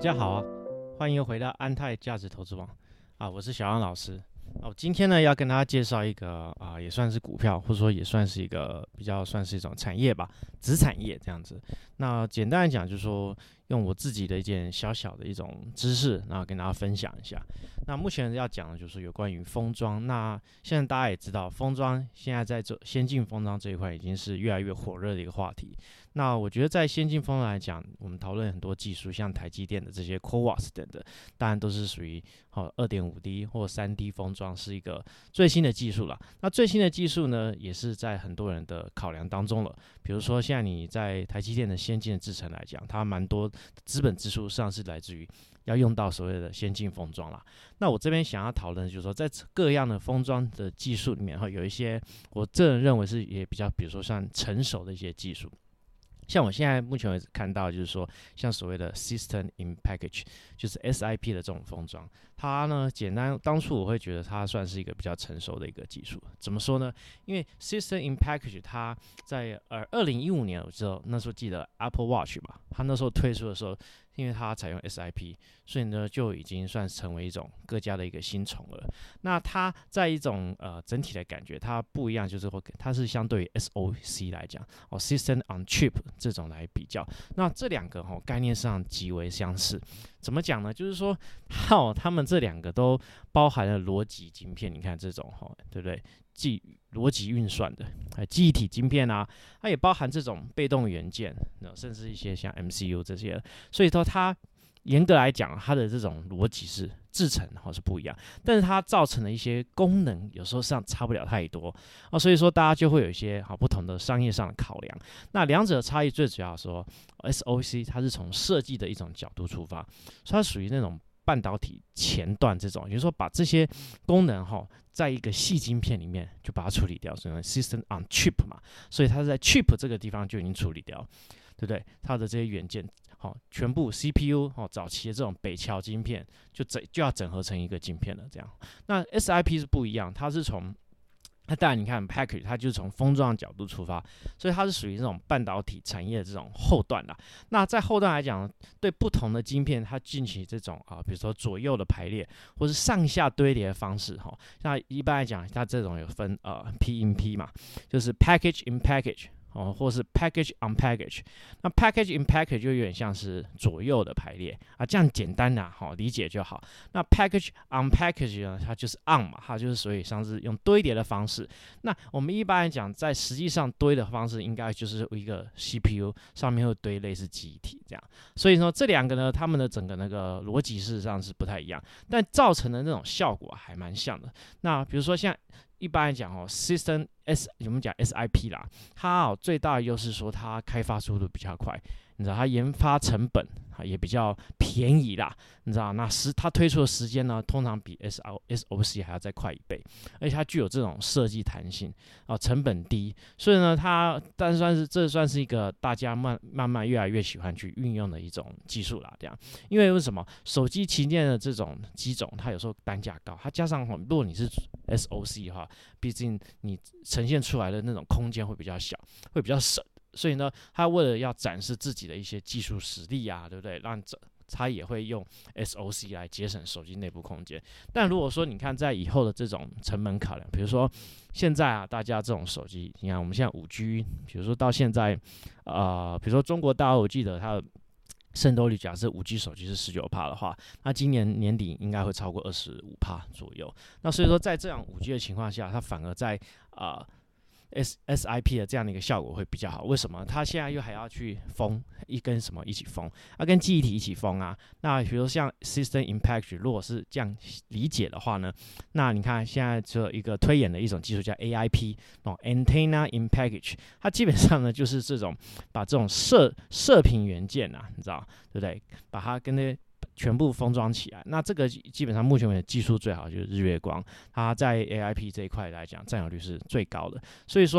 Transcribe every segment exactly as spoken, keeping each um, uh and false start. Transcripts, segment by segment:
家好啊，欢迎回到安泰价值投资网啊，我是小杨老师。哦，今天呢要跟大家介绍一个啊，也算是股票，或者说也算是一个比较算是一种产业吧，子产业这样子。那简单来讲，就是说用我自己的一件小小的一种知识，然后跟大家分享一下。那目前要讲的就是有关于封装。那现在大家也知道，封装现在在这先进封装这一块已经是越来越火热的一个话题。那我觉得在先进封装来讲，我们讨论很多技术，像台积电的这些 C O W A S 等的，当然都是属于好 二点五 D 或 三 D 封装是一个最新的技术啦。那最新的技术呢，也是在很多人的考量当中了。比如说，现在你在台积电的先进的制程来讲，它蛮多资本支出上是来自于要用到所谓的先进封装啦。那我这边想要讨论的就是说，在各样的封装的技术里面，哈，有一些我个人认为是也比较，比如说像成熟的一些技术。像我现在目前为止看到，就是说，像所谓的 System in Package， 就是 S I P 的这种封装，它呢，简单当初我会觉得它算是一个比较成熟的一个技术。怎么说呢？因为 System in Package 它在呃二零一五年的时候，那时候记得 Apple Watch 吧，它那时候推出的时候，因为它采用 S I P， 所以呢就已经算成为一种各家的一个新宠了。那它在一种呃整体的感觉，它不一样，就是说它是相对于 S O C 来讲，哦 System on Chip 这种来比较。那这两个哦概念上极为相似。怎么讲呢？就是说，好，他们这两个都包含了逻辑晶片。你看这种哈，对不对？记逻辑运算的，还记忆体晶片啊，它也包含这种被动元件，甚至一些像 M C U 这些。所以说，它严格来讲，它的这种逻辑是制程哈是不一样，但是它造成的一些功能有时候上差不了太多啊，所以说大家就会有一些好不同的商业上的考量。那两者的差异最主要说 ，S O C 它是从设计的一种角度出发，所以它属于那种半导体前段这种，也就是说把这些功能哈，在一个细晶片里面就把它处理掉，所以 System on Chip 嘛，所以它是在 Chip 这个地方就已经处理掉，对不对？它的这些元件。好，全部 C P U 哦，早期的这种北桥晶片就整就要整合成一个晶片了，这样。那 S I P 是不一样，它是从那当然你看 package 它就是从封装的角度出发，所以它是属于这种半导体产业的这种后段啦。那在后段来讲，对不同的晶片，它进行这种啊，比如说左右的排列，或是上下堆叠的方式哈。那一般来讲，它这种有分呃 P in P 嘛，就是 package in package。哦，或是 package on package， 那 package in package 就有点像是左右的排列啊，这样简单的、啊、好理解就好。那 package on package 呢，它就是 on 嘛，它就是所以像是用堆叠的方式。那我们一般来讲，在实际上堆的方式，应该就是一个 C P U 上面会堆类似记忆体这样。所以说这两个呢，它们的整个那个逻辑事实上是不太一样，但造成的那种效果还蛮像的。那比如说像一般来讲哦 ，System S 我们讲 S I P 啦，它哦最大的优势说它开发速度比较快，你知道它研发成本也比较便宜啦，你知道那时它推出的时间呢，通常比 S O C 还要再快一倍，而且它具有这种设计弹性哦，成本低，所以呢它但算是这算是一个大家慢慢慢越来越喜欢去运用的一种技术啦，这样，因为为什么手机旗舰的这种机种，它有时候单价高，它加上如果你是 S O C 的话，毕竟你呈现出来的那种空间会比较小，会比较省，所以呢，他为了要展示自己的一些技术实力啊，对不对？让他也会用 S O C 来节省手机内部空间。但如果说你看在以后的这种成本考量，比如说现在啊，大家这种手机，你看我们现在五 G， 比如说到现在，呃，比如说中国大陆，我记得它的渗透率，假设 五 G 手机是 百分之十九 的话，那今年年底应该会超过 百分之二十五 左右。那所以说，在这样 五 G 的情况下，它反而在啊、呃、S S I P 的这样的一个效果会比较好。为什么？它现在又还要去封一根什么一起封，要、啊、跟记忆体一起封啊。那比如像 System in Package， 如果是这样理解的话呢，那你看现在只有一个推演的一种技术叫 A I P， 哦 Antenna in Package， 它基本上呢就是这种把这种射射频元件啊，你知道对不对？把它跟那全部封装起来，那这个基本上目前为止技术最好就是日月光，它在 A I P 这一块来讲占有率是最高的。所以说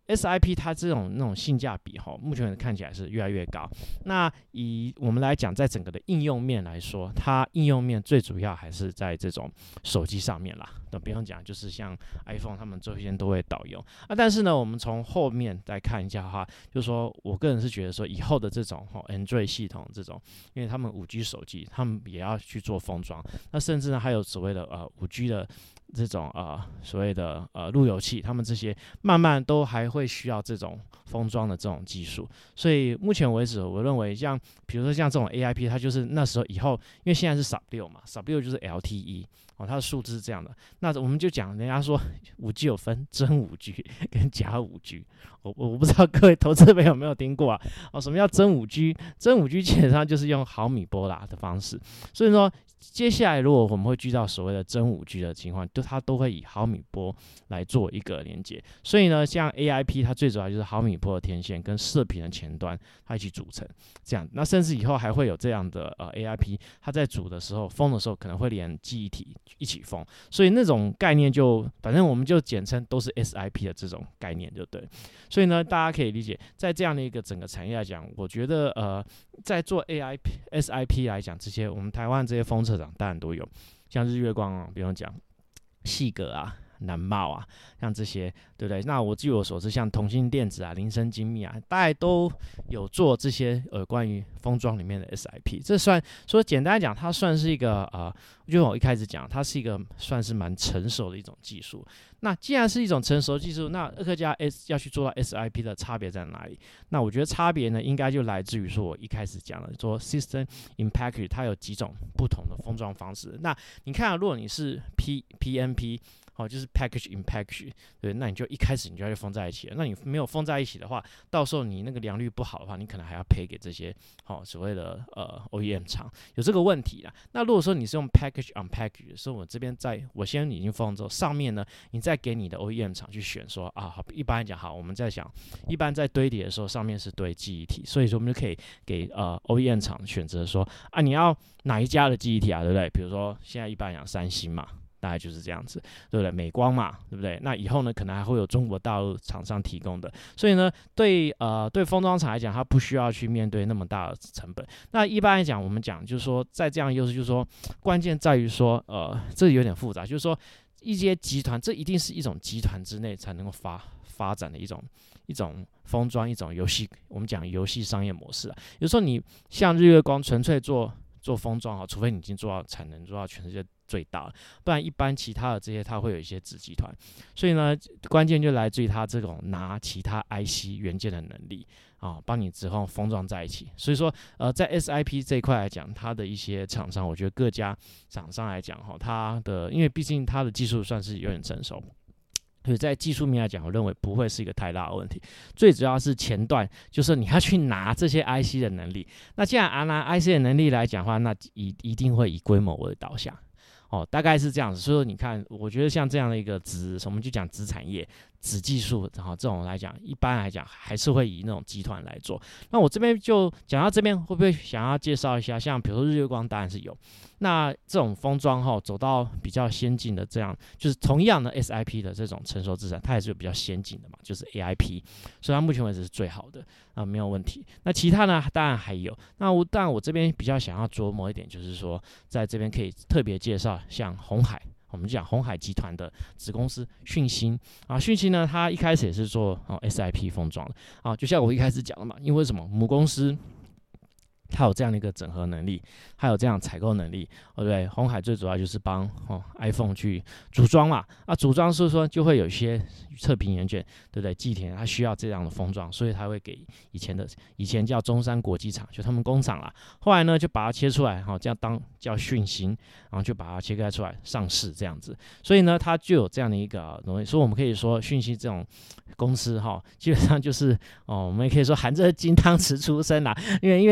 S I P 它这种那种性价比哈，目前看起来是越来越高。那以我们来讲，在整个的应用面来说，它应用面最主要还是在这种手机上面啦。那不用讲，就是像 iPhone 他们周边都会导用啊。但是呢，我们从后面再看一下的话，就是说我个人是觉得说，以后的这种 Android 系统这种，因为他们五 G 手机，他们也要去做封装，那甚至呢还有所谓的呃五 G 的这种呃所谓的呃路由器，他们这些慢慢都还会需要这种封装的这种技术。所以目前为止，我认为像比如说像这种 A I P， 它就是那时候以后，因为现在是 Sub 六嘛 ，Sub 六就是 L T E。哦，它的数字是这样的，那我们就讲，人家说五 G 有分真五 G 跟假五 G， 我我不知道各位投资朋友有没有听过啊？哦，什么叫真五 G？ 真五 G 基本上就是用毫米波啦的方式，所以说接下来如果我们会遇到所谓的真五 G 的情况，就它都会以毫米波来做一个连接。所以呢，像 A I P 它最主要就是毫米波的天线跟射频的前端它一起组成这样。那甚至以后还会有这样的呃 A I P， 它在组的时候封的时候可能会连记忆体一起封，所以那种概念就反正我们就简称都是 S I P 的这种概念就对。所以呢，大家可以理解，在这样的一个整个产业来讲，我觉得呃，在做 A I P、S I P 来讲，这些我们台湾这些封测厂当然都有，像日月光啊，不用讲，细格啊。南茂啊，像这些，对不对？那我据我所知，像同心电子啊、林森精密啊，大概都有做这些呃关于封装里面的 S I P。这算说简单来讲，它算是一个呃，就我一开始讲，它是一个算是蛮成熟的一种技术。那既然是一种成熟技术，那二科加 S 要去做到 S I P 的差别在哪里？那我觉得差别呢，应该就来自于说我一开始讲的，说 System in Package 它有几种不同的封装方式。那你看、啊，如果你是 P PNP。哦，就是 package in package， 对，那你就一开始你就要封在一起了。那你没有封在一起的话，到时候你那个良率不好的话，你可能还要赔给这些哦所谓的呃 O E M 厂，有这个问题啦。那如果说你是用 package on package 的时候，我这边在我先已经封之后，上面呢，你再给你的 O E M 厂去选说啊，好，一般来讲好，我们在想，一般在堆叠的时候，上面是堆记忆体，所以说我们就可以给呃 O E M 厂选择说啊，你要哪一家的记忆体啊，对不对？比如说现在一般讲三星嘛。大概就是这样子，对不对？美光嘛，对不对？那以后呢，可能还会有中国大陆厂商提供的，所以呢，对呃对封装厂来讲，它不需要去面对那么大的成本。那一般来讲，我们讲就是说，在这样的优势，就是说，关键在于说，呃，这有点复杂，就是说，一些集团，这一定是一种集团之内才能够发发展的一种一种封装，一种游戏，我们讲游戏商业模式啊。有时候你像日月光纯粹做做封装啊，除非你已经做到产能做到全世界最大，不然一般其他的这些它会有一些子集团，所以呢，关键就来自于它这种拿其他 I C 元件的能力啊，帮你之后封装在一起。所以说，呃，在 S I P 这一块来讲，它的一些厂商，我觉得各家厂商来讲哈，它的因为毕竟它的技术算是有点成熟。所以在技术面来讲，我认为不会是一个太大的问题。最主要是前段，就是你要去拿这些 I C 的能力。那既然拿 I C 的能力来讲的话，那一一定会以规模为导向。哦，大概是这样子。所以说，你看，我觉得像这样的一个子，我们就讲子产业、子技术，然后这种来讲，一般来讲还是会以那种集团来做。那我这边就讲到这边，会不会想要介绍一下？像比如说日月光，当然是有。那这种封装哈，走到比较先进的这样，就是同样的 S I P 的这种成熟制程，它也是有比较先进的嘛，就是 A I P， 所以它目前为止是最好的啊、呃，没有问题。那其他呢，当然还有。那我当然我这边比较想要琢磨一点，就是说在这边可以特别介绍像鸿海。我们讲鸿海集团的子公司讯芯啊，讯芯呢，它一开始也是做、哦、S I P 封装的啊，就像我一开始讲的嘛，因为什么母公司。它有这样的一个整合能力，还有这样采购能力，对不对？鸿海最主要就是帮哦 iPhone 去组装嘛，啊，组装是说就会有一些测评元件，对不对？技田它需要这样的封装，所以它会给以前的以前叫中山国际厂，就他们工厂啦，后来呢就把它切出来，哈、哦，这样当叫讯芯，然后就把它切开出来上市这样子，所以呢它就有这样的一个东西，所以我们可以说讯芯这种公司哈、哦，基本上就是哦，我们也可以说含着金汤匙出生啦，因为因为在最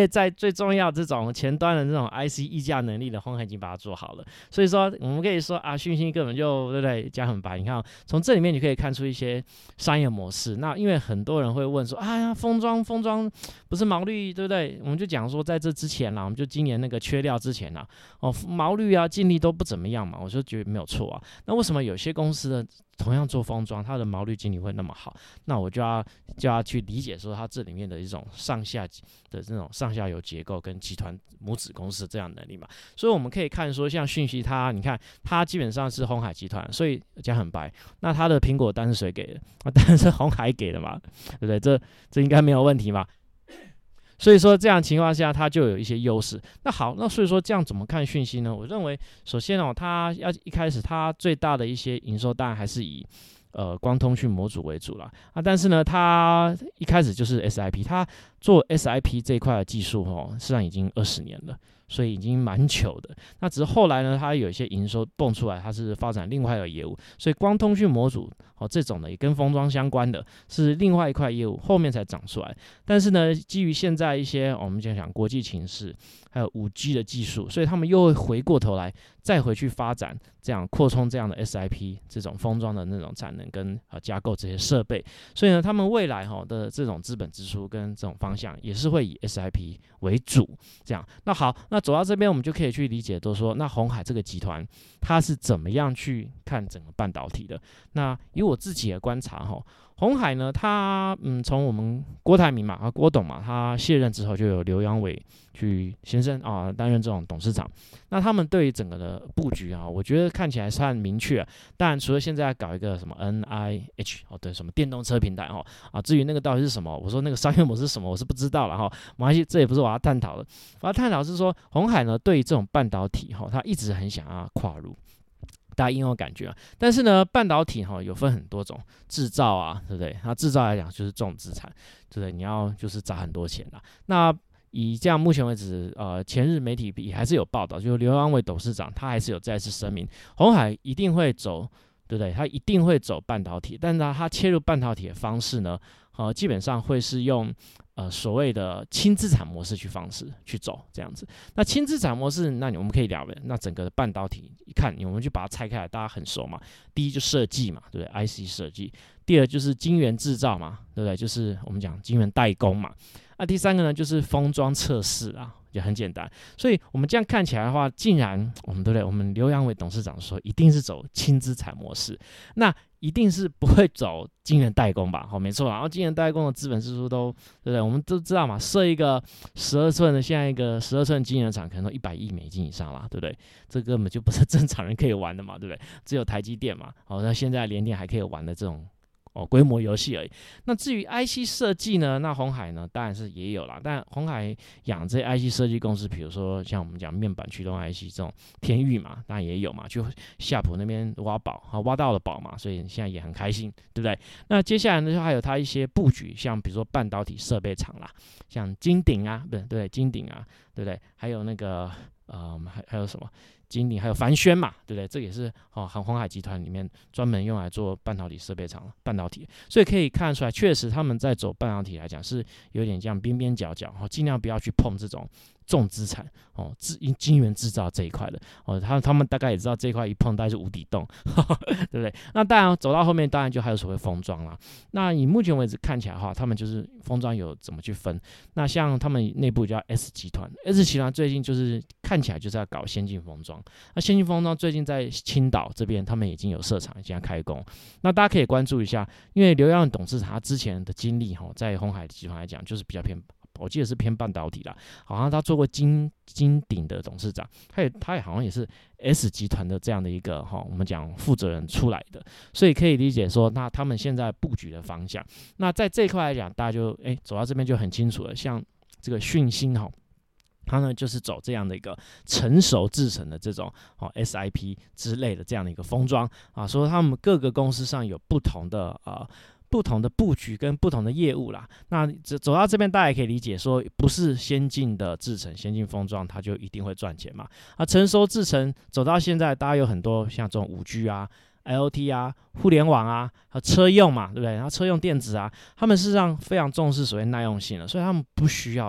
最重要这种前端的这种 I C 议价能力的，鸿海已经把它做好了。所以说，我们可以说啊，讯息根本就对不对，加很白。你看、哦，从这里面你可以看出一些商业模式。那因为很多人会问说，哎呀，封装封装不是毛利对不对？我们就讲说，在这之前啦，我们就今年那个缺料之前啦，哦，毛利啊、净利都不怎么样嘛，我就觉得没有错啊。那为什么有些公司的同样做封装，它的毛利净利会那么好？那我就要就要去理解说，它这里面的一种上下的这种上下游结构跟集团母子公司这样的能力嘛。所以我们可以看说，像讯息它，你看它基本上是鸿海集团，所以讲很白。那它的苹果单是谁给的？那当然是鸿海给的嘛，对不对？这这应该没有问题嘛。所以说这样情况下，它就有一些优势。那好，那所以说这样怎么看讯息呢？我认为，首先哦，它要一开始它最大的一些营收，当然还是以呃光通讯模组为主啦。啊，但是呢，它一开始就是 S I P， 它做 S I P 这一块的技术哦，实际上已经二十年了。所以已经蛮久的，那只是后来呢，它有一些营收蹦出来，它是发展另外一个业务，所以光通讯模组哦这种的也跟封装相关的，是另外一块业务，后面才长出来。但是呢，基于现在一些、哦、我们讲讲国际情势，还有 五 G 的技术，所以他们又会回过头来再回去发展这样扩充这样的 S I P 这种封装的那种产能跟呃架构这些设备，所以呢，他们未来哈、哦、的这种资本支出跟这种方向也是会以 S I P 为主。这样，那好，那走到这边，我们就可以去理解，都说那鸿海这个集团，它是怎么样去看整个半导体的？那以我自己的观察，哈，鸿海呢，它嗯，从我们郭台铭嘛，啊，郭董嘛，他卸任之后，就有刘扬伟去先生啊担任这种董事长。那他们对于整个的布局啊，我觉得看起来算明确、啊。当然，除了现在搞一个什么 N I H 哦，对，什么电动车平台哦，啊，至于那个到底是什么，我说那个商业模式是什么，我是不知道了哈。没关系，这也不是我要探讨的。我要探讨是说，鸿海呢对于这种半导体哈，他一直很想要跨入。大家应有感觉啊，但是呢，半导体哈有分很多种制造啊，对不对？那制造来讲就是重资产，对不对？你要就是砸很多钱啦。那以这样目前为止，呃，前日媒体也还是有报道，就是刘扬伟董事长他还是有再次声明，鸿海一定会走，对不对？他一定会走半导体，但是他切入半导体的方式呢，呃，基本上会是用呃所谓的轻资产模式去方式去走这样子。那轻资产模式，那我们可以聊的，那整个的半导体一看，我们就把它拆开来，大家很熟嘛。第一就设计嘛，对不对 ？I C 设计。第二就是晶圆制造嘛，对不对？就是我们讲晶圆代工嘛。那第三个呢，就是封装测试啊。也很简单，所以我们这样看起来的话，竟然我们对不对？我们刘扬伟董事长说，一定是走轻资产模式，那一定是不会走晶圆代工吧？好，没错。然后晶圆代工的资本支出都对不对？我们都知道嘛，设一个十二寸的，现在一个十二寸晶圆厂可能都一百亿美金以上啦，对不对？这根本就不是正常人可以玩的嘛，对不对？只有台积电嘛，好，那现在联电还可以玩的这种。哦，规模游戏而已。那至于 I C 设计呢？那鸿海呢，当然是也有啦。但鸿海养这些 I C 设计公司，比如说像我们讲面板驱动 I C 这种天域嘛，当然也有嘛，去夏普那边挖宝，啊，挖到了宝嘛，所以现在也很开心，对不对？那接下来呢，就还有它一些布局，像比如说半导体设备厂啦，像金鼎啊，不对对，金鼎啊，对不对？还有那个呃，还还有什么？金鼎还有凡轩嘛，对不对？这也是哦，鸿海集团里面专门用来做半导体设备厂，半导体，所以可以看出来，确实他们在走半导体来讲是有点这样边边角角，哦，尽量不要去碰这种重资产哦，制晶圆制造这一块的哦，他他们大概也知道这一块一碰大概是无底洞，呵呵对不对？那当然走到后面，当然就还有所谓封装啦。那以目前为止看起来的话，他们就是封装有怎么去分？那像他们内部叫 S 集团 ，S 集团最近就是看起来就是要搞先进封装。那先进封装最近在青岛这边，他们已经有设厂，已经要开工。那大家可以关注一下，因为刘扬董事长他之前的经历哈，在鸿海集团来讲就是比较偏。我记得是偏半导体啦，好像他做过金金鼎的董事长，他也他也好像也是 S 集团的这样的一个哈，我们讲负责人出来的，所以可以理解说，那他们现在布局的方向，那在这一块来讲，大家就哎走到这边就很清楚了，像这个讯芯哈。它呢就是走这样的一个成熟制成的这种哦 S I P 之类的这样的一个封装啊，说他们各个公司上有不同的啊、呃、不同的布局跟不同的业务啦。那走到这边，大家也可以理解说，不是先进的制成、先进封装，它就一定会赚钱嘛。啊，成熟制成走到现在，大家有很多像这种五 G 啊。I O T 啊，互联网啊，还有车用嘛，对不对？然后车用电子啊，他们事实上非常重视所谓耐用性的，所以他们不需要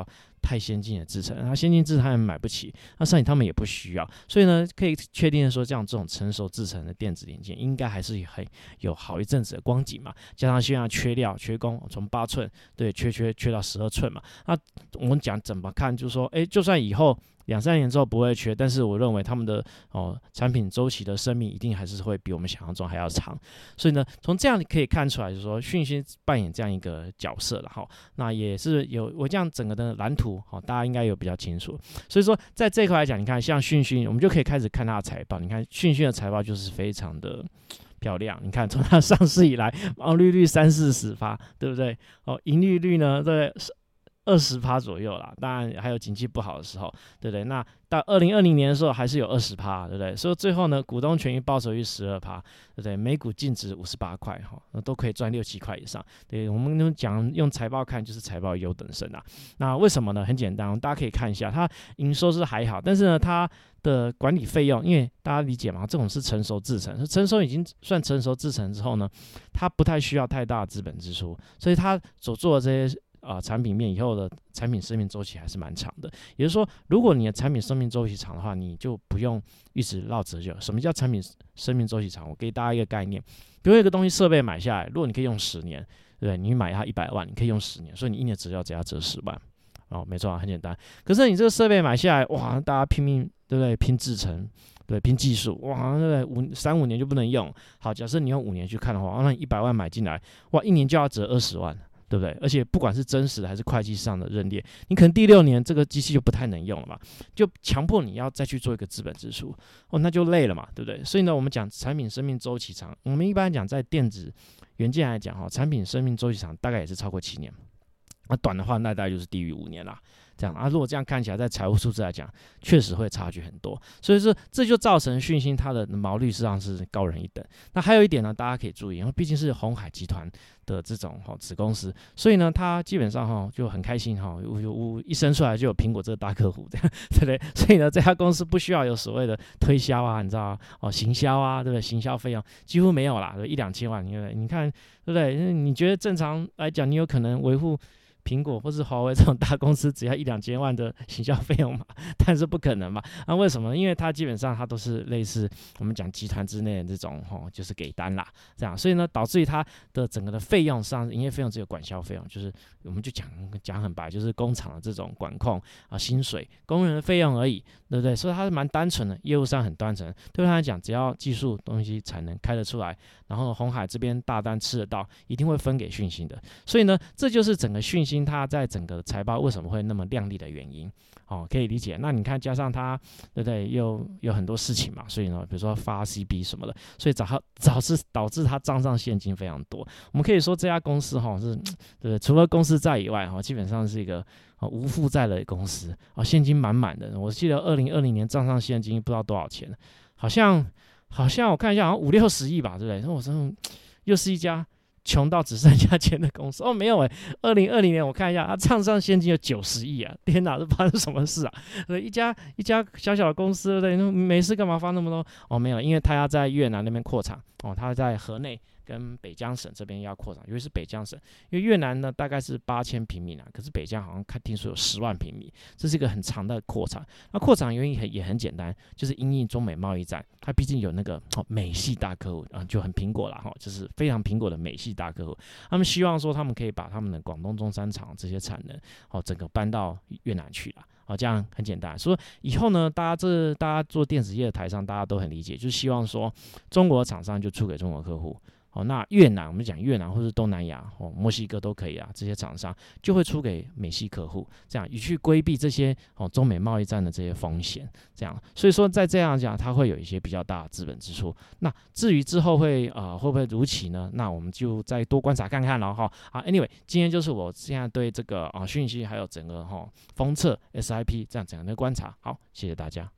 太先进的制程，它先进制程他们买不起，那上影他们也不需要，所以呢，可以确定的说，这样这种成熟制程的电子零件，应该还是很有好一阵子的光景嘛。加上现在缺料、缺工，从八寸对缺缺缺到十二寸嘛。那我们讲怎么看，就是说，哎，就算以后两三年之后不会缺，但是我认为他们的哦产品周期的生命一定还是会比我们想象中还要长。所以呢，从这样可以看出来，就是说讯息扮演这样一个角色了哈。那也是有我这样整个的蓝图，好，大家应该有比较清楚。所以说在这一块来讲，你看像讯讯，我们就可以开始看它的财报。你看讯讯的财报就是非常的漂亮，你看从它上市以来，毛利率三四十趴，对不对？哦，盈利率呢，对。二十趴左右啦，当然还有经济不好的时候，对不对？那到二零二零年的时候还是有二十趴，对不对？所以最后呢，股东权益报酬率十二趴，对不对？每股净值五十八块，哈，那都可以赚六七块以上。对，我们讲用财报看，就是财报优等生啊。那为什么呢？很简单，大家可以看一下，它营收是还好，但是呢，它的管理费用，因为大家理解嘛，这种是成熟制程，成熟已经算成熟制程之后呢，它不太需要太大的资本支出，所以它所做的这些。啊、呃，产品面以后的产品生命周期还是蛮长的。也就是说，如果你的产品生命周期长的话，你就不用一直绕折旧。什么叫产品生命周期长？我给大家一个概念，比如一个东西设备买下来，如果你可以用十年，对不对？你买它一百万，你可以用十年，所以你一年折旧只要折十万。哦，没错啊，很简单。可是你这个设备买下来，哇，大家拼命，对不对？拼制程。对，拼技术，哇，对不对？五三五年就不能用。好，假设你用五年去看的话，那你一百万买进来，哇，一年就要折二十万。对不对？而且不管是真实的还是会计上的认列，你可能第六年这个机器就不太能用了嘛，就强迫你要再去做一个资本支出，哦，那就累了嘛，对不对？所以呢，我们讲产品生命周期长，我们一般讲在电子元件来讲，哈，产品生命周期长大概也是超过七年，那短的话那大概就是低于五年啦。这样啊，如果这样看起来，在财务数字来讲，确实会差距很多，所以说这就造成讯芯它的毛利实际上是高人一等。那还有一点呢，大家可以注意，因为毕竟是鸿海集团的这种哈、哦、子公司，所以呢，它基本上哈、哦、就很开心哈，我、哦、我一生出来就有苹果这个大客户，这样对不对？所以呢，这家公司不需要有所谓的推销啊，你知道啊，哦行销啊，对不对？行销费用几乎没有啦，一两千万，你你看对不对？你觉得正常来讲，你有可能维护苹果或是华为这种大公司只要一两千万的行销费用嘛？但是不可能嘛？那、啊、为什么？因为它基本上它都是类似我们讲集团之内的这种吼，就是给单啦，这样，所以呢，导致于它的整个的费用上，营业费用只有管销费用，就是我们就讲讲很白，就是工厂的这种管控啊、薪水、工人的费用而已，对不对？所以它是蛮单纯的，业务上很单纯。对他来讲，只要技术东西产能开得出来，然后鸿海这边大单吃得到，一定会分给讯芯的。所以呢，这就是整个讯芯它在整个财报为什么会那么亮丽的原因，哦，可以理解。那你看，加上它，对不对？又有很多事情嘛，所以呢，比如说发 C B 什么的，所以导导致导致它账上现金非常多。我们可以说这家公司哈、哦、是，对不对？除了公司债以外，哈、哦，基本上是一个、哦、无负债的公司啊、哦，现金满满的。我记得二零二零年账上现金不知道多少钱，好像好像我看一下，好像五六十亿吧，对不对？那我说又是一家穷到只剩下钱的公司哦，没有诶，二零二零年我看一下，它账上现金有九十亿啊！天哪，这发生什么事啊？一家一家小小的公司，对，那没事干嘛发那么多？哦，没有，因为他要在越南那边扩厂哦，他在河内跟北江省这边要扩厂，尤其是北江省，因为越南呢大概是八千平米啊，可是北江好像看听说有十万平米，这是一个很长的扩厂。那扩厂原因也很简单，就是因应中美贸易战，它毕竟有那个、哦、美系大客户啊，就很苹果啦哈、哦，就是非常苹果的美系大客户，他们希望说他们可以把他们的广东中山厂这些产能哦整个搬到越南去啦。哦，这样很简单。所以以后呢，大家这大家做电子业的台商，大家都很理解，就希望说中国厂商就出给中国客户。哦，那越南我们讲越南或是东南亚，哦，墨西哥都可以啊，这些厂商就会出给美系客户，这样以去规避这些哦中美贸易战的这些风险，这样，所以说在这样讲，它会有一些比较大的资本支出。那至于之后会啊、呃、会不会如期呢？那我们就再多观察看看了哈。好 ，anyway， 今天就是我现在对这个啊讯息还有整个哈封测 S I P 这样整个的观察。好，谢谢大家。